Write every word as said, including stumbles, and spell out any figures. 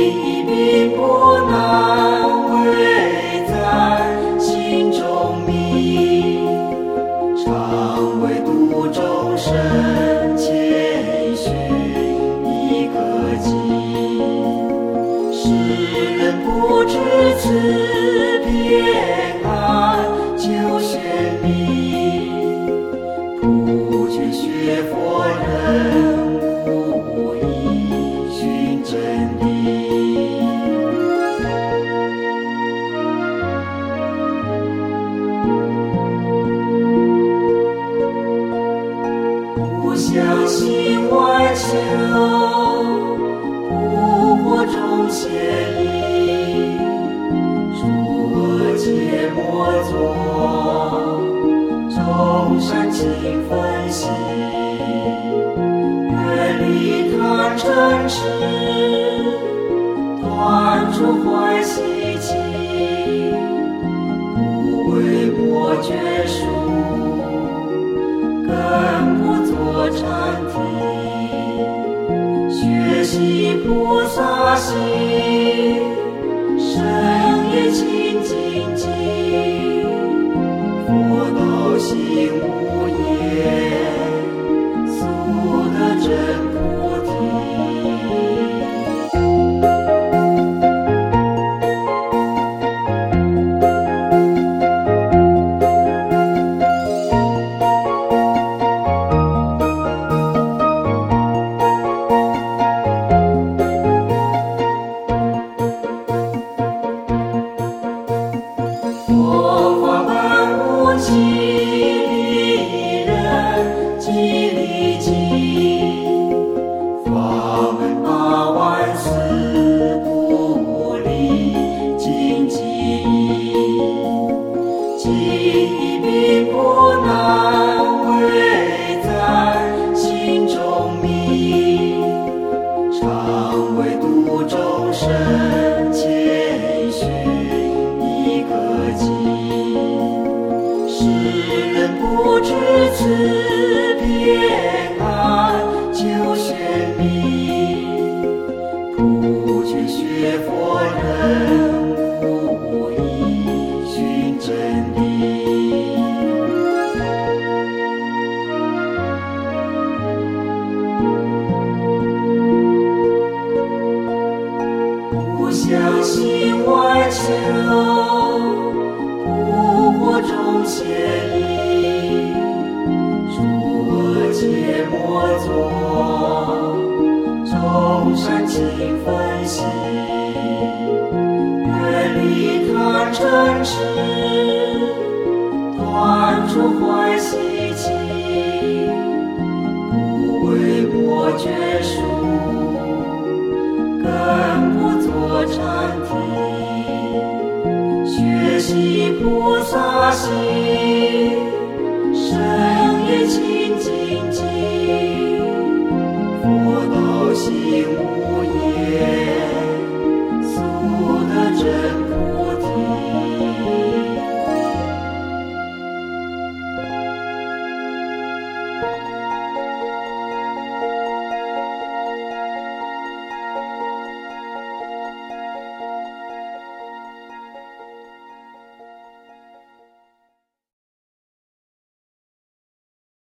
并不难为在心中明，常为度众生谦虚一颗心。世人不知此偏爱就玄秘，不觉学佛人无意寻真谛。不相信外求，不惑众邪意，诸恶皆莫作，众善尽分析。远离贪嗔痴，断除坏习气，不为魔眷属，更不作禅体。学习菩萨行，深夜清净经，佛道行无厌，速得真菩提。佛法本无其利人，即利己。法门八万四不离尽其意。经义并不难为在心中明，常为度众生谦虚一颗心。世人不知此偏爱就玄秘，不觉学佛人无意寻真谛。不相信外求，不惑众邪意，诸恶皆莫作，众善尽分析。远离贪嗔痴，断除坏习气，不为魔眷